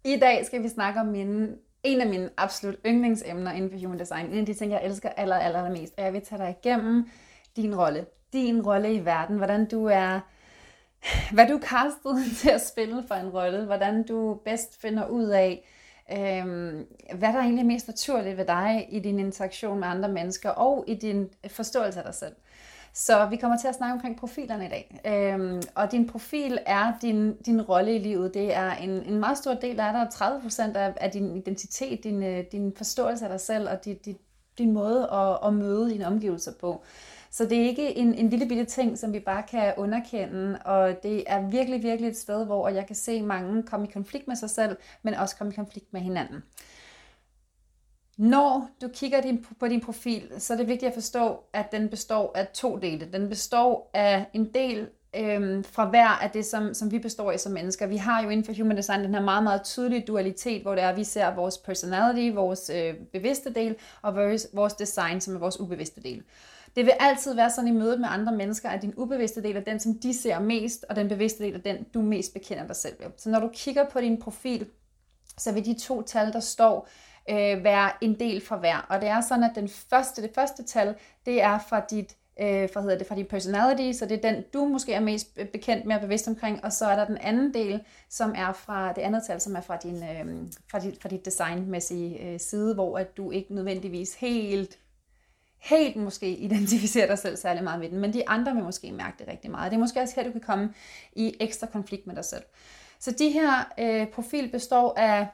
I dag skal vi snakke om en af mine absolut yndlingsemner inden for human design. En af de ting, jeg elsker allermest. Og jeg vil tage dig igennem din rolle. Din rolle i verden. Hvordan du er... Hvad du er castet til at spille for en rolle. Hvordan du bedst finder ud af, hvad der egentlig er mest naturligt ved dig i din interaktion med andre mennesker. Og i din forståelse af dig selv. Så vi kommer til at snakke omkring profilerne i dag. Og din profil er din rolle i livet. Det er en meget stor del af dig. 30% af din identitet, din forståelse af dig selv og din måde at møde dine omgivelser på. Så det er ikke en lille bitte ting, som vi bare kan underkende. Og det er virkelig, virkelig et sted, hvor jeg kan se mange komme i konflikt med sig selv, men også komme i konflikt med hinanden. Når du kigger på din profil, så er det vigtigt at forstå, at den består af 2 dele. Den består af en del fra hver af det, som vi består af som mennesker. Vi har jo inden for human design den her meget, meget tydelige dualitet, hvor det er, at vi ser vores personality, vores bevidste del, og vores design, som er vores ubevidste del. Det vil altid være sådan i mødet med andre mennesker, at din ubevidste del er den, som de ser mest, og den bevidste del er den, du mest bekender dig selv ved. Så når du kigger på din profil, så vil de 2 tal, der står, være en del fra hver. Og det er sådan, at det første tal, det er fra dit personality, så det er den, du måske er mest bekendt med og bevidst omkring, og så er der den anden del, som er fra det andet tal, som er fra dit designmæssige side, hvor at du ikke nødvendigvis helt måske identificerer dig selv særlig meget med den, men de andre vil måske mærke det rigtig meget. Det er måske også her, du kan komme i ekstra konflikt med dig selv. Så de her profil består af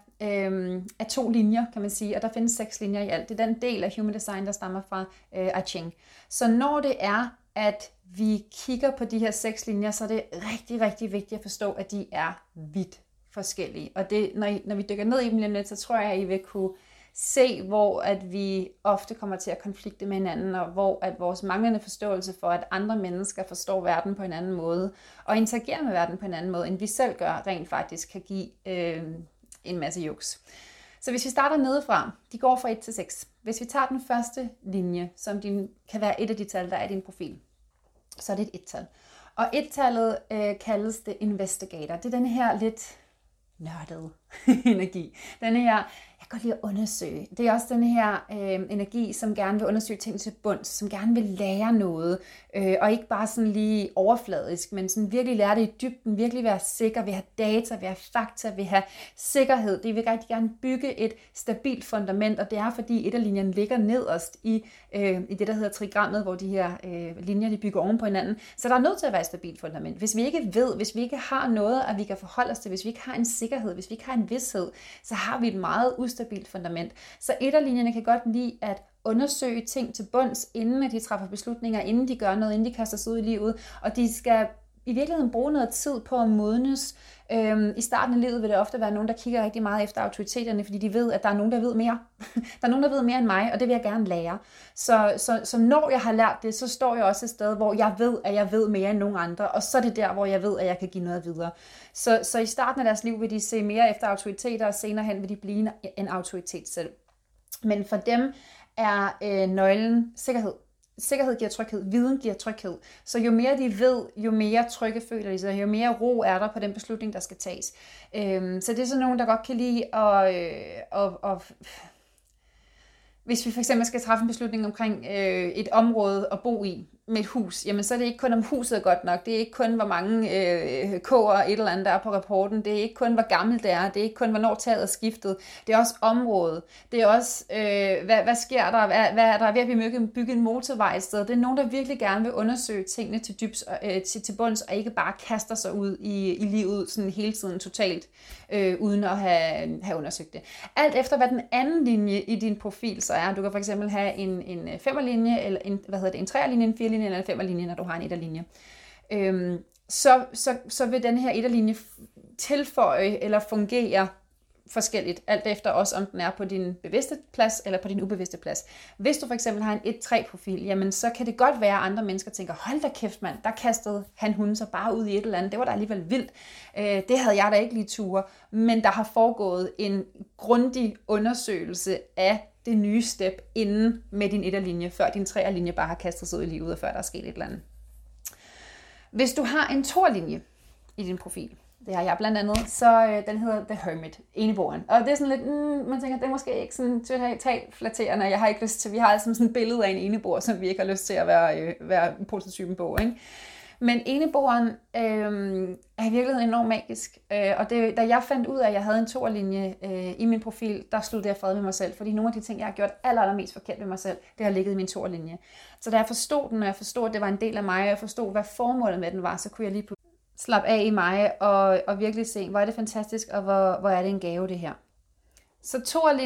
2 linjer, kan man sige, og der findes 6 linjer i alt. Det er den del af human design, der stammer fra I Ching. Så når det er, at vi kigger på de her 6 linjer, så er det rigtig, rigtig vigtigt at forstå, at de er vidt forskellige. Og det, når vi dykker ned i dem lidt, så tror jeg, at I vil kunne se, hvor at vi ofte kommer til at konflikte med hinanden, og hvor at vores manglende forståelse for, at andre mennesker forstår verden på en anden måde, og interagerer med verden på en anden måde, end vi selv gør, rent faktisk kan give en masse juks. Så hvis vi starter nedefra, de går fra 1 til 6. Hvis vi tager den første linje, som kan være et af de tal, der er i din profil, så er det et 1-tal. Og 1-tallet kaldes det investigator. Det er den her lidt nørdede energi. Den her, jeg kan godt lide at undersøge. Det er også den her energi, som gerne vil undersøge ting til bunds, som gerne vil lære noget, og ikke bare sådan lige overfladisk, men sådan virkelig lære det i dybden, virkelig være sikker, vil have data, vil have fakta, vil have sikkerhed. Det vil rigtig gerne bygge et stabilt fundament, og det er fordi et af linjerne ligger nederst i det, der hedder trigrammet, hvor de her linjer de bygger oven på hinanden. Så der er nødt til at være et stabilt fundament. Hvis vi ikke ved, hvis vi ikke har noget, at vi kan forholde os til, hvis vi ikke har en sikkerhed, hvis vi ikke har en vished, så har vi et meget ustabilt fundament. Så et af linjerne kan godt lide at undersøge ting til bunds, inden de træffer beslutninger, inden de gør noget, inden de kaster sig ud i livet, og de skal i virkeligheden bruge noget tid på at modnes. I starten af livet vil det ofte være nogen, der kigger rigtig meget efter autoriteterne, fordi de ved, at der er nogen, der ved mere. Der er nogen, der ved mere end mig, og det vil jeg gerne lære. Så når jeg har lært det, så står jeg også et sted, hvor jeg ved, at jeg ved mere end nogen andre, og så er det der, hvor jeg ved, at jeg kan give noget videre. Så i starten af deres liv vil de se mere efter autoriteter, og senere hen vil de blive en autoritet selv. Men for dem er nøglen sikkerhed. Sikkerhed giver tryghed, viden giver tryghed. Så jo mere de ved, jo mere trygge føler de sig, jo mere ro er der på den beslutning, der skal tages. Så det er sådan nogen, der godt kan lide at hvis vi for eksempel skal træffe en beslutning omkring et område at bo i, med et hus, jamen så er det ikke kun om huset er godt nok, det er ikke kun hvor mange k'er et eller andet der er på rapporten, det er ikke kun hvor gammelt det er, det er ikke kun hvornår taget er skiftet, det er også området, det er også hvad sker der, hvad er der ved at vi bygge en motorvej et sted. Det er nogen, der virkelig gerne vil undersøge tingene til bunds, og ikke bare kaster sig ud i livet sådan hele tiden totalt, uden at have undersøgt det. Alt efter hvad den anden linje i din profil så er, du kan for eksempel have en 5'er-linje, eller en 3'er-linje, en 4'er-linje, eller en 5'er-linje, når du har en 1'er-linje. Så vil den her 1'er-linje tilføje eller fungere forskelligt, alt efter også om den er på din bevidste plads eller på din ubevidste plads. Hvis du for eksempel har en 1-3-profil, jamen så kan det godt være, at andre mennesker tænker, hold da kæft mand, der kastede hun så bare ud i et eller andet, det var da alligevel vildt. Det havde jeg da ikke lige ture, men der har foregået en grundig undersøgelse af det nye step inden med din 1'er-linje, før din 3'er-linje bare har kastet sig ud i livet, og før der er sket et eller andet. Hvis du har en 2'er-linje i din profil, det har jeg blandt andet, så den hedder The Hermit, eneboeren. Og det er sådan lidt, man tænker, det er måske ikke sådan totalt flatterende, jeg har ikke lyst til, vi har altså sådan et billede af en eneboer, som vi ikke har lyst til at være prototypen på, ikke? Men eneboeren er i virkeligheden enormt magisk, og det, da jeg fandt ud af, at jeg havde en toerlinje i min profil, der sluttede jeg fred med mig selv, fordi nogle af de ting, jeg har gjort allermest forkert ved mig selv, det har ligget i min toerlinje. Så da jeg forstod den, og jeg forstod, at det var en del af mig, og jeg forstod, hvad formålet med den var, så kunne jeg lige slappe af i mig og virkelig se, hvor er det fantastisk, og hvor er det en gave, det her. Så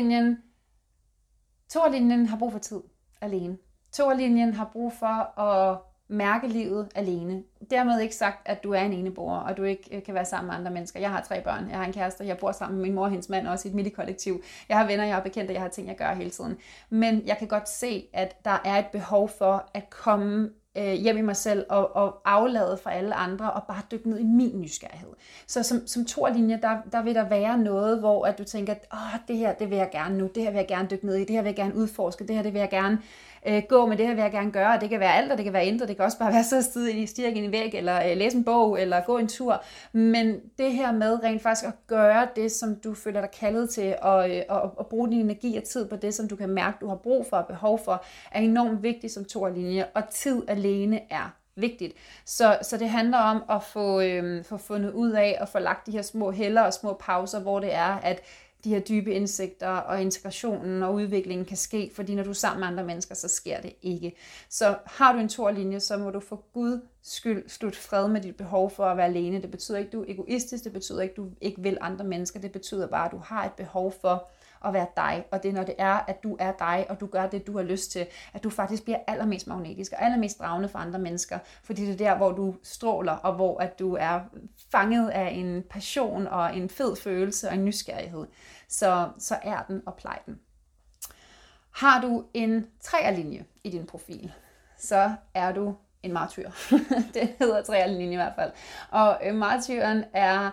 toerlinjen har brug for tid alene. Toerlinjen har brug for at mærke livet alene. Dermed ikke sagt, at du er en eneboer, og du ikke kan være sammen med andre mennesker. Jeg har 3 børn, jeg har en kæreste, jeg bor sammen med min mor og hendes mand, også i et militkollektiv. Jeg har venner, jeg har bekendte, jeg har ting, jeg gør hele tiden. Men jeg kan godt se, at der er et behov for at komme hjem i mig selv og aflade fra alle andre og bare dykke ned i min nysgerrighed. Så som toerlinje, der vil der være noget, hvor at du tænker, at det her, det vil jeg gerne nu, det her vil jeg gerne dykke ned i, det her vil jeg gerne udforske, det her, det vil jeg gerne gå med, det her vil jeg gerne gøre, og det kan være alt, og det kan være intet, det kan også bare være så stirre ind i væg, eller læse en bog, eller gå en tur, men det her med rent faktisk at gøre det, som du føler dig kaldet til, og bruge din energi og tid på det, som du kan mærke, du har brug for og behov for, er enormt vigtigt som toerlinje, og tid alene er vigtigt. Så det handler om at få fundet ud af, og få lagt de her små hælder og små pauser, hvor det er, at de her dybe indsigter og integrationen og udviklingen kan ske, fordi når du er sammen med andre mennesker, så sker det ikke. Så har du en toerlinje, så må du for Guds skyld slutte fred med dit behov for at være alene. Det betyder ikke, at du er egoistisk, det betyder ikke, at du ikke vil andre mennesker, det betyder bare, at du har et behov for at være dig, og det er når det er, at du er dig, og du gør det, du har lyst til, at du faktisk bliver allermest magnetisk og allermest dragende for andre mennesker, fordi det er der, hvor du stråler, og hvor at du er fanget af en passion og en fed følelse og en nysgerrighed. Så er den og plej den. Har du en treerlinje i din profil, så er du en martyr. Det hedder treerlinjen i hvert fald. Og martyren er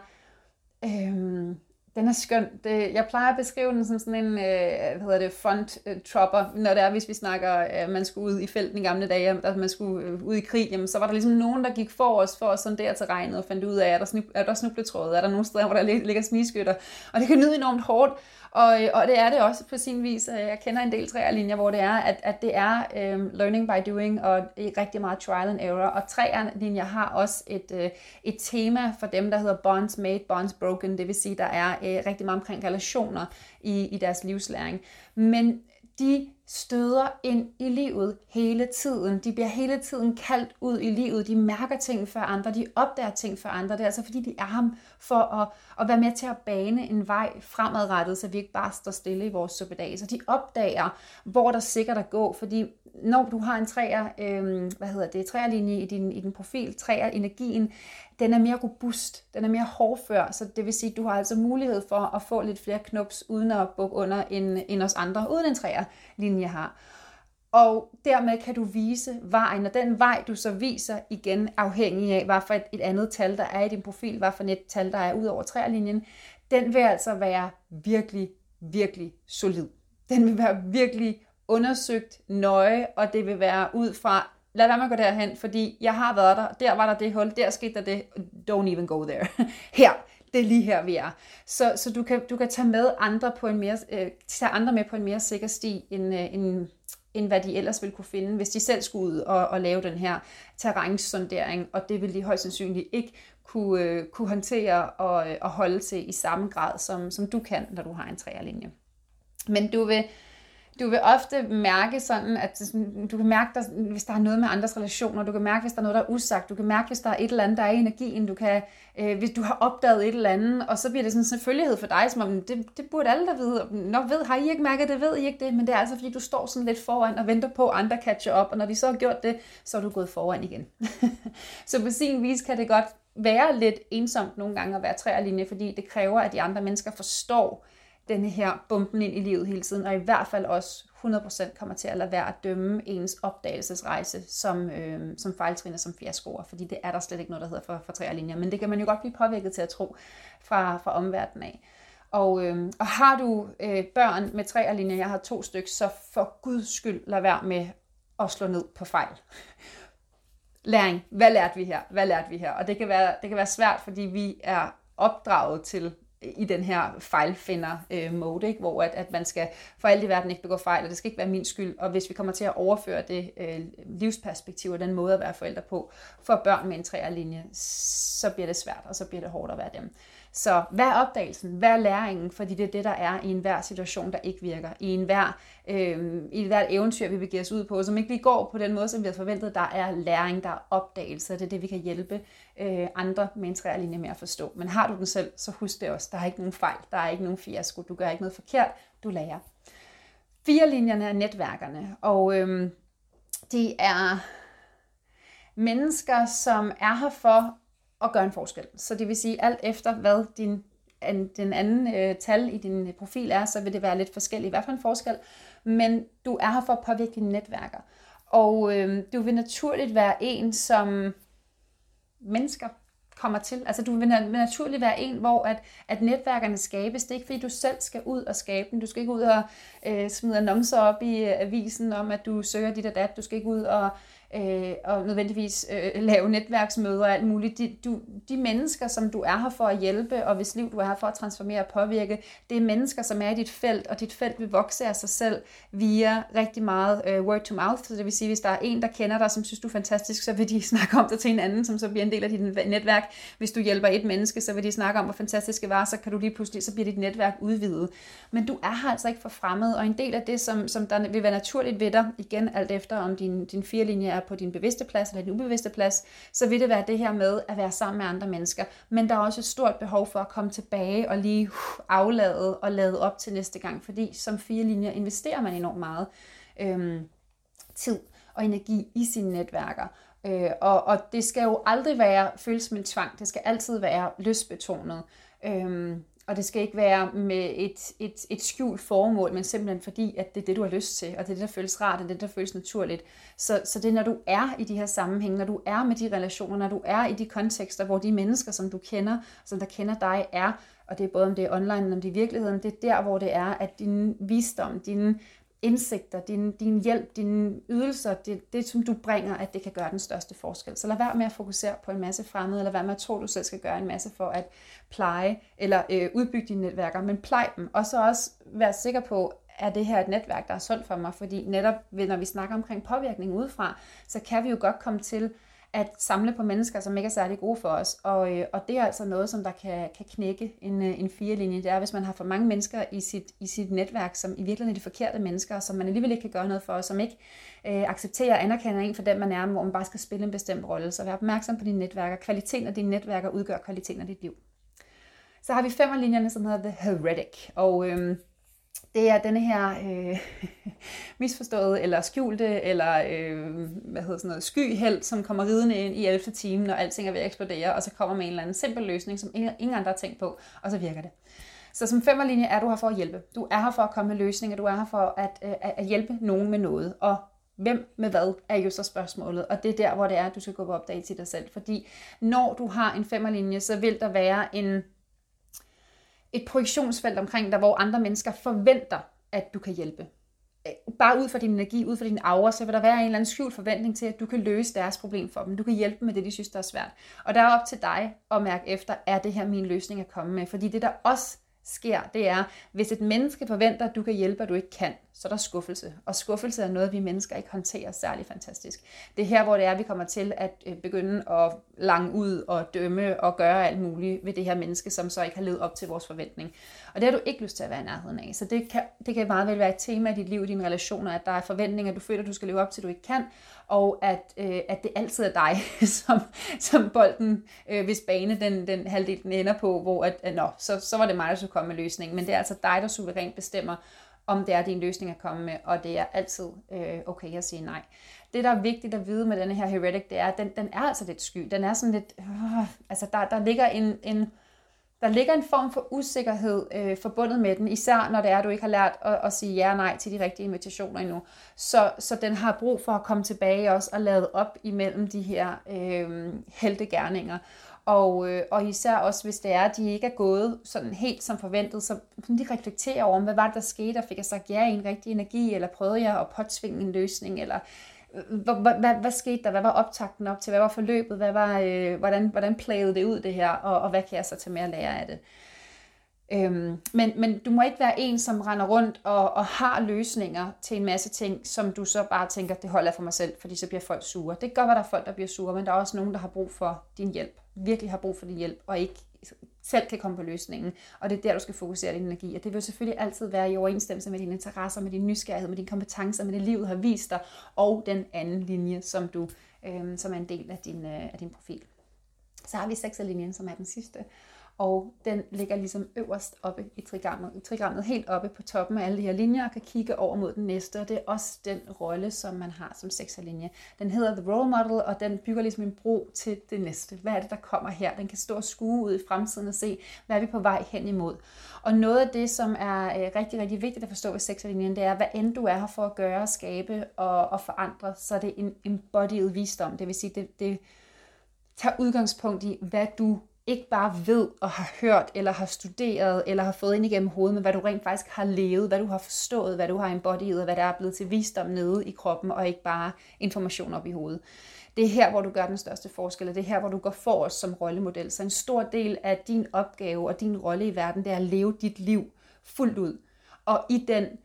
den er skøn. Jeg plejer at beskrive den som sådan en, front-tropper, når det er, hvis vi snakker, man skulle ud i felten i gamle dage, at man skulle ud i krig, jamen, så var der ligesom nogen, der gik for at sondere terrænet og fandt ud af, er der snubletråde, er der nogle steder, hvor der ligger snigskytter, og det kan lyde enormt hårdt, og det er det også på sin vis. Jeg kender en del treerlinjer, hvor det er, at det er learning by doing, og rigtig meget trial and error, og treerlinjer har også et tema for dem, der hedder bonds made, bonds broken, det vil sige, der er rigtig meget omkring relationer i deres livslæring. Men de støder ind i livet hele tiden. De bliver hele tiden kaldt ud i livet. De mærker ting for andre. De opdager ting for andre. Det er altså fordi, de er ham for at være med til at bane en vej fremadrettet, så vi ikke bare står stille i vores suppedag. Så de opdager, hvor der sikkert at gå. Fordi når du har en treerlinje i din profil, treerenergien, den er mere robust, den er mere hårdfør, så det vil sige, at du har altså mulighed for at få lidt flere knups, uden at bukke under end os andre, uden en treerlinje har. Og dermed kan du vise vejen, og den vej, du så viser, igen afhængig af, hvad for et andet tal, der er i din profil, hvad for et tal, der er ud over treerlinjen, den vil altså være virkelig, virkelig solid. Den vil være virkelig undersøgt nøje, og det vil være ud fra, lad være med at gå derhen, fordi jeg har været der var der det hul, der skete der det, don't even go there. Her, det er lige her, vi er. Så du kan tage med andre på tage andre med på en mere sikker sti, end hvad de ellers ville kunne finde, hvis de selv skulle ud og lave den her terrænsondering, og det vil de højst sandsynligt ikke kunne håndtere og holde til i samme grad, som du kan, når du har en treerlinje. Men du vil ofte mærke sådan, at du kan mærke, hvis der er noget med andres relationer, du kan mærke, hvis der er noget, der er usagt, du kan mærke, hvis der er et eller andet, der er i energien, hvis du har opdaget et eller andet, og så bliver det sådan en selvfølgelighed for dig, som om det burde alle der vide. Nok har I ikke mærket det, ved I ikke det, men det er altså fordi, du står sådan lidt foran og venter på, at andre catcher op, og når de så har gjort det, så er du gået foran igen. Så på sin vis kan det godt være lidt ensomt nogle gange at være treerlinje, fordi det kræver, at de andre mennesker forstår denne her bomben ind i livet hele tiden, og i hvert fald også 100% kommer til at lade være at dømme ens opdagelsesrejse som fejltrin og som fiaskoer, fordi det er der slet ikke noget, der hedder for treerlinjer, men det kan man jo godt blive påvirket til at tro fra omverdenen af. Og har du børn med treerlinjer, jeg har 2 stykker, så for Guds skyld lad være med at slå ned på fejl. Læring. Hvad lærte vi her? Og det kan være svært, fordi vi er opdraget til i den her fejlfinder-mode, ikke? Hvor at man skal for alt i verden ikke begå fejl, og det skal ikke være min skyld. Og hvis vi kommer til at overføre det livsperspektiv og den måde at være forældre på for børn med en 3'er-linje, så bliver det svært, og så bliver det hårdt at være dem. Så hvad er opdagelsen? Hvad er læringen? Fordi det er det, der er i enhver situation, der ikke virker. I hvert eventyr, vi begiver os ud på, som ikke lige går på den måde, som vi har forventet, der er læring, der er opdagelse. Det er det, vi kan hjælpe andre med en 3'er-linje med at forstå. Men har du den selv, så husk det også. Der er ikke nogen fejl. Der er ikke nogen fiasko. Du gør ikke noget forkert. Du lærer. 4-linjerne er netværkerne, og de er mennesker, som er her for at gøre en forskel. Så det vil sige, alt efter hvad den anden tal i din profil er, så vil det være lidt forskelligt. I hvert fald en forskel, men du er her for at påvirke dine netværker. Og du vil naturligt være en, som mennesker kommer til. Altså du vil naturligt være en, hvor at netværkerne skabes. Det er ikke fordi, du selv skal ud og skabe dem. Du skal ikke ud og smide annoncer op i avisen om, at du søger dit og dat. Du skal ikke ud og nødvendigvis lave netværksmøder og alt muligt. De mennesker, som du er her for at hjælpe, og hvis liv du er her for at transformere og påvirke, det er mennesker, som er i dit felt, og dit felt vil vokse af sig selv via rigtig meget word to mouth. Så det vil sige, hvis der er en, der kender dig, som synes du er fantastisk, så vil de snakke om det til en anden, som så bliver en del af dit netværk. Hvis du hjælper et menneske, så vil de snakke om, hvor fantastisk det var, så kan du lige pludselig, så bliver dit netværk udvidet. Men du er her altså ikke for fremmed, og en del af det, som der vil være naturligt ved dig, igen alt efter om din 4-linje er på din bevidste plads eller din ubevidste plads, så vil det være det her med at være sammen med andre mennesker. Men der er også et stort behov for at komme tilbage og lige aflade og lade op til næste gang, fordi som 4-linjer investerer man enormt meget tid og energi i sine netværker. Og det skal jo aldrig føles som en tvang. Det skal altid være lystbetonet. Og det skal ikke være med et skjult formål, men simpelthen fordi, at det er det, du har lyst til, og det er det, der føles rart, og det er det, der føles naturligt. Så det er, når du er i de her sammenhænge, når du er med de relationer, når du er i de kontekster, hvor de mennesker, som du kender, som der kender dig, er, og det er både om det er online, eller om det er i virkeligheden, det er der, hvor det er, at din visdom, dine indsigter, din hjælp, dine ydelser, det som du bringer, at det kan gøre den største forskel. Så lad være med at fokusere på en masse fremmede, eller lad være med at tro, at du selv skal gøre en masse for at pleje eller udbygge dine netværker, men plej dem. Og så også være sikker på, er det her et netværk, der er sundt for mig, fordi netop når vi snakker omkring påvirkning udefra, så kan vi jo godt komme til at samle på mennesker, som ikke er særlig gode for os. Og det er altså noget, som der kan knække en 4-linje. Det er, hvis man har for mange mennesker i sit netværk, som i virkeligheden er de forkerte mennesker, som man alligevel ikke kan gøre noget for, som ikke accepterer og anerkender en for den, man er, hvor man bare skal spille en bestemt rolle. Så vær opmærksom på dine netværker. Kvaliteten af dine netværker udgør kvaliteten af dit liv. Så har vi 5'er-linjerne, som hedder The Heretic. Og det er denne her misforståede eller skjulte eller skyhelt, som kommer ridende ind i 11. time, når alting er ved at eksplodere, og så kommer med en eller anden simpel løsning, som ingen andre har tænkt på, og så virker det. Så som 5'er-linje er du her for at hjælpe. Du er her for at komme med løsninger, du er her for at hjælpe nogen med noget, og hvem med hvad er jo så spørgsmålet, og det er der, hvor det er, at du skal gå på opdagelse i dig selv, fordi når du har en 5'er-linje, så vil der være et projektionsfelt omkring dig, hvor andre mennesker forventer, at du kan hjælpe. Bare ud fra din energi, ud fra din aura, så vil der være en eller anden skjult forventning til, at du kan løse deres problem for dem. Du kan hjælpe dem med det, de synes, der er svært. Og der er op til dig at mærke efter, er det her min løsning at komme med? Fordi det, der også sker, det er, hvis et menneske forventer, at du kan hjælpe, og du ikke kan, så er der skuffelse. Og skuffelse er noget, vi mennesker ikke håndterer særlig fantastisk. Det er her, hvor det er, vi kommer til at begynde at lange ud og dømme og gøre alt muligt ved det her menneske, som så ikke har levet op til vores forventning. Og det har du ikke lyst til at være i nærheden af. Så det kan meget vel være et tema i dit liv, i dine relationer, at der er forventninger, du føler, du skal leve op til, du ikke kan, og at det altid er dig, som bolden, hvis bane den halvdel den ender på, hvor så var det mig, der skulle komme med løsningen. Men det er altså dig, der suverænt bestemmer, om det er din løsning at komme med, og det er altid okay at sige nej. Det, der er vigtigt at vide med denne her heretic, det er, at den er altså lidt sky. Den er sådan lidt, der ligger en form for usikkerhed forbundet med den, især når det er, at du ikke har lært at sige ja og nej til de rigtige invitationer endnu. Så den har brug for at komme tilbage også og lade op imellem de her heltegerninger. Og især også, hvis det er, at de ikke er gået sådan helt som forventet, så de reflekterer over, hvad var det, der skete, og fik jeg sagt ja i en rigtig energi, eller prøvede jeg at påtvinge en løsning, eller hvad skete der? Hvad var optakten op til? Hvad var forløbet? Hvordan playede det ud det her? Og hvad kan jeg så tage med at lære af det? Men du må ikke være en, som render rundt og har løsninger til en masse ting, som du så bare tænker, det holder jeg for mig selv, fordi så bliver folk sure. Det kan godt være, der er folk, der bliver sure, men der er også nogen, der har brug for din hjælp. Virkelig har brug for din hjælp, og ikke selv kan komme på løsningen. Og det er der, du skal fokusere din energi. Og det vil selvfølgelig altid være i overensstemmelse med dine interesser, med din nysgerrighed, med dine kompetencer, med det livet har vist dig, og den anden linje, som er en del af din profil. Så har vi 6'er-linjen, som er den sidste. Og den ligger ligesom øverst oppe i trigrammet, helt oppe på toppen af alle de her linjer, og kan kigge over mod den næste, og det er også den rolle, som man har som 6'er-linje. Den hedder The Role Model, og den bygger ligesom en bro til det næste. Hvad er det, der kommer her? Den kan stå og skue ud i fremtiden og se, hvad er vi på vej hen imod. Og noget af det, som er rigtig, rigtig vigtigt at forstå ved 6'er-linjen, det er, hvad end du er her for at gøre, skabe og forandre, så er det en embodied visdom. Det vil sige, det tager udgangspunkt i, hvad du ikke bare ved og har hørt, eller har studeret, eller har fået ind igennem hovedet, men hvad du rent faktisk har levet, hvad du har forstået, hvad du har embodied, og hvad der er blevet til visdom nede i kroppen, og ikke bare information op i hovedet. Det er her, hvor du gør den største forskel, og det er her, hvor du går forrest som rollemodel. Så en stor del af din opgave og din rolle i verden, det er at leve dit liv fuldt ud. Og i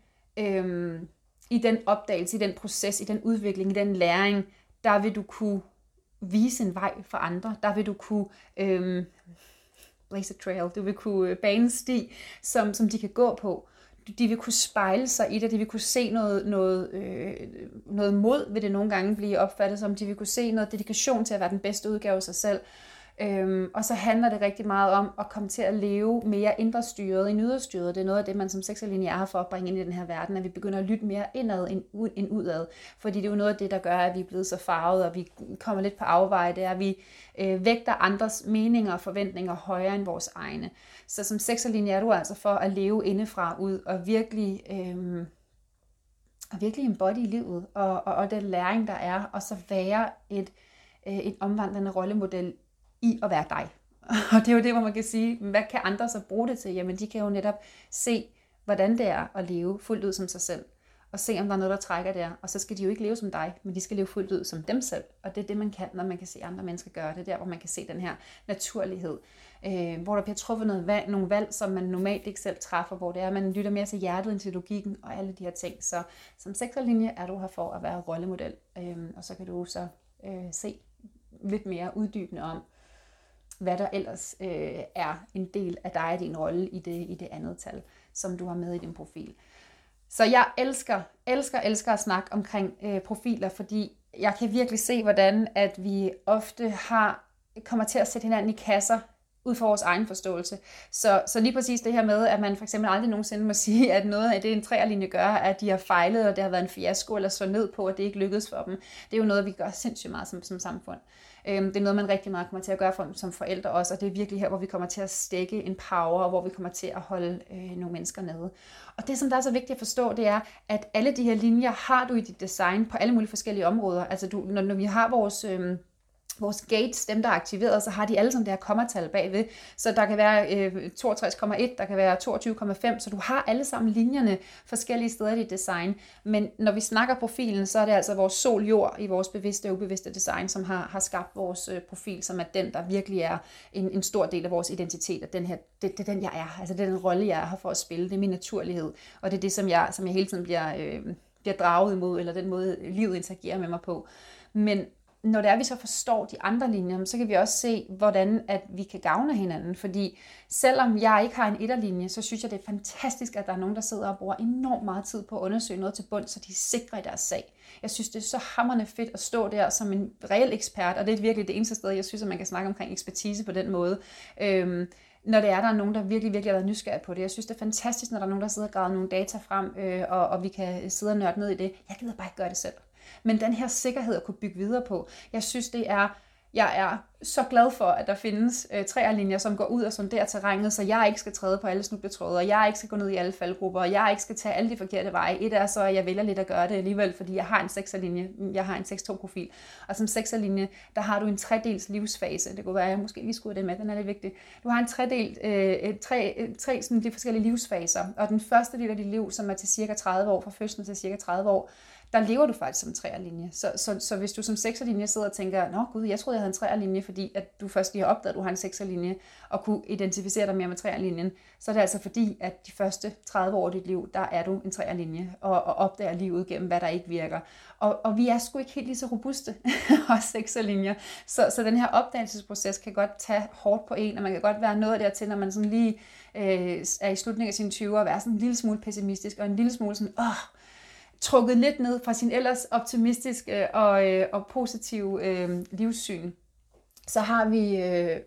den opdagelse, i den proces, i den udvikling, i den læring, der vil du kunne vise en vej for andre. Der vil du kunne blaze a trail. Du vil kunne bane en sti, som de kan gå på. De vil kunne spejle sig i det. De vil kunne se noget mod, vil det nogle gange blive opfattet som. De vil kunne se noget dedikation til at være den bedste udgave af sig selv. Og så handler det rigtig meget om at komme til at leve mere indre styret end yderstyret. Det er noget af det, man som 6'er-linje er for at bringe ind i den her verden, at vi begynder at lytte mere indad end udad. Fordi det er jo noget af det, der gør, at vi er blevet så farvet, og vi kommer lidt på afveje. Det er, at vi vægter andres meninger og forventninger højere end vores egne. Så som 6'er-linje er du altså for at leve indefra ud og virkelig embody livet og den læring, der er, og så være et omvandrende rollemodel i at være dig. Og det er jo det, hvor man kan sige, hvad kan andre så bruge det til? Jamen, de kan jo netop se, hvordan det er at leve fuldt ud som sig selv. Og se, om der er noget, der trækker der. Og så skal de jo ikke leve som dig, men de skal leve fuldt ud som dem selv. Og det er det, man kan, når man kan se andre mennesker gøre det. Der, hvor man kan se den her naturlighed. Hvor der bliver truffet nogle valg, som man normalt ikke selv træffer. Hvor det er, at man lytter mere til hjertet end til logikken og alle de her ting. Så som 6'er-linje er du her for at være rollemodel. Og så kan du så se lidt mere uddybende om, hvad der ellers er en del af dig og din rolle i det andet tal, som du har med i din profil. Så jeg elsker at snakke omkring profiler, fordi jeg kan virkelig se, hvordan at vi ofte kommer til at sætte hinanden i kasser ud fra vores egen forståelse. Så lige præcis det her med, at man for eksempel aldrig nogensinde må sige, at noget af det, en 3'er-linje gør, at de har fejlet, og det har været en fiasko, eller så ned på, at det ikke lykkedes for dem. Det er jo noget, vi gør sindssygt meget som samfund. Det er noget, man rigtig meget kommer til at gøre som forældre også, og det er virkelig her, hvor vi kommer til at stikke en power, og hvor vi kommer til at holde nogle mennesker nede. Og det, som der er så vigtigt at forstå, det er, at alle de her linjer har du i dit design på alle mulige forskellige områder. Altså når vi har vores gates, dem der er aktiveret, så har de alle sammen det her kommatal bagved. Så der kan være 62,1, der kan være 22,5, så du har alle sammen linjerne forskellige steder i dit design. Men når vi snakker profilen, så er det altså vores sol-jord i vores bevidste og ubevidste design, som har skabt vores profil, som er den, der virkelig er en stor del af vores identitet. Og det er den, jeg er. Altså det er den rolle, jeg er her for at spille. Det er min naturlighed. Og det er det, som jeg hele tiden bliver draget imod, eller den måde, livet interagerer med mig på. Men når det er, vi så forstår de andre linjer, så kan vi også se, hvordan at vi kan gavne hinanden. Fordi selvom jeg ikke har en etterlinje, så synes jeg, det er fantastisk, at der er nogen, der sidder og bruger enormt meget tid på at undersøge noget til bund, så de er sikre i deres sag. Jeg synes, det er så hamrende fedt at stå der som en reel ekspert, og det er virkelig det eneste sted, jeg synes, at man kan snakke omkring ekspertise på den måde. Når der er nogen, der virkelig, virkelig har været nysgerrig på det. Jeg synes, det er fantastisk, når der er nogen, der sidder og graver nogle data frem, og vi kan sidde og nørde ned i det. Jeg gider bare ikke gøre det selv. Men den her sikkerhed at kunne bygge videre på, jeg synes, jeg er så glad for, at der findes 3'er-linjer, som går ud og sonderer terrænet, så jeg ikke skal træde på alle snubletråde, og jeg ikke skal gå ned i alle faldgrupper, og jeg ikke skal tage alle de forkerte veje. Et er så, at jeg vælger lidt at gøre det alligevel, fordi jeg har en 6'er-linje, jeg har en 6-2-profil. Og som 6'er-linje, der har du en 3-dels livsfase. Det kunne være, at jeg måske lige skulle have det med, den er lidt vigtig. Du har en 3 sådan de forskellige livsfaser, og den første del af dit liv, som er til cirka 30 år, fra fødslen til cirka 30 år, der lever du faktisk som træerlinje. Så hvis du som sekserlinje sidder og tænker, nå gud, jeg troede, jeg havde en træerlinje, fordi at du først lige har opdaget, at du har en sekserlinje, og kunne identificere dig mere med træerlinjen, så er det altså fordi, at de første 30 år af dit liv, der er du en træerlinje, og opdager livet gennem, hvad der ikke virker. Og vi er sgu ikke helt lige så robuste og sekserlinjer. Så den her opdagelsesproces kan godt tage hårdt på en, og man kan godt være noget dertil, når man sådan lige er i slutningen af sine 20'er, og være sådan en lille smule pessimistisk, og en lille smule sådan, trukket lidt ned fra sin ellers optimistiske og positive livssyn. Så har vi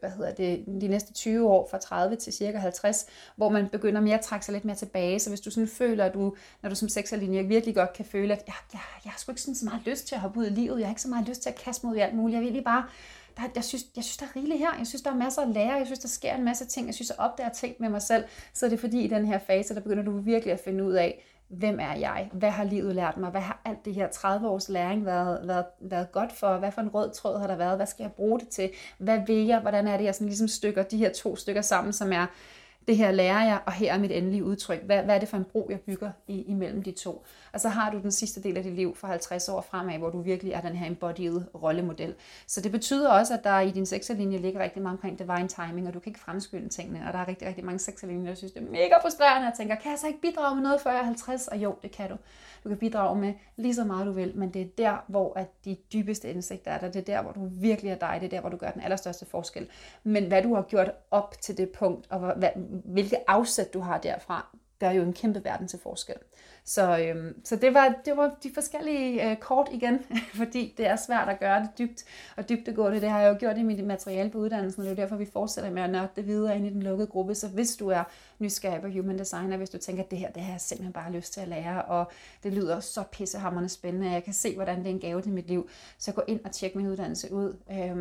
de næste 20 år, fra 30 til cirka 50, hvor man begynder mere at trække sig lidt mere tilbage. Så hvis du sådan føler, at når du som sekserlinje virkelig godt kan føle, at jeg har sgu ikke sådan så meget lyst til at hoppe ud i livet, jeg har ikke så meget lyst til at kaste mig ud i alt muligt, jeg vil lige bare, jeg synes, der er rigeligt her, jeg synes, der er masser at lære, jeg synes, der sker en masse ting, jeg synes, jeg opdager ting med mig selv, så er det fordi i den her fase, der begynder du virkelig at finde ud af, hvem er jeg? Hvad har livet lært mig? Hvad har alt det her 30 års læring været godt for? Hvad for en rød tråd har der været? Hvad skal jeg bruge det til? Hvad vil jeg? Hvordan er det, jeg sådan ligesom stykker de her 2 stykker sammen, som er, det her lærer jeg, og her er mit endelige udtryk. Hvad er det for en bro, jeg bygger imellem de 2? Og så har du den sidste del af dit liv fra 50 år fremad, hvor du virkelig er den her embodied rollemodel. Så det betyder også, at der i din sekserlinje ligger rigtig meget omkring divine timing, og du kan ikke fremskynde tingene. Og der er rigtig, rigtig mange sekserlinjer, der synes, det er mega frustrerende, og tænker, kan jeg så ikke bidrage med noget, før jeg er 50? Og jo, det kan du. Du kan bidrage med lige så meget du vil, men det er der, hvor at de dybeste indsigter er der. Det er der, hvor du virkelig er dig. Det er der, hvor du gør den allerstørste forskel. Men hvad du har gjort op til det punkt, og hvilke afsæt du har derfra, gør jo en kæmpe verden til forskel. Så det var de forskellige kort igen, fordi det er svært at gøre det dybt og dybdegående. Det har jeg jo gjort i mit materiale på uddannelsen, og det er jo derfor, vi fortsætter med at nørde det videre ind i den lukkede gruppe. Så hvis du er nysgerrig på human design, og hvis du tænker, at det her har jeg simpelthen bare lyst til at lære, og det lyder så pissehammerende spændende, og jeg kan se, hvordan det er en gave til mit liv, så gå ind og tjek min uddannelse ud.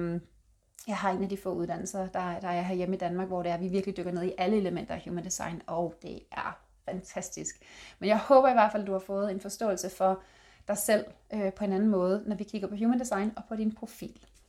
Jeg har en af de få uddannelser, der er her hjemme i Danmark, hvor det er, vi virkelig dykker ned i alle elementer af human design, og det er fantastisk. Men jeg håber i hvert fald, at du har fået en forståelse for dig selv på en anden måde, når vi kigger på human design og på din profil.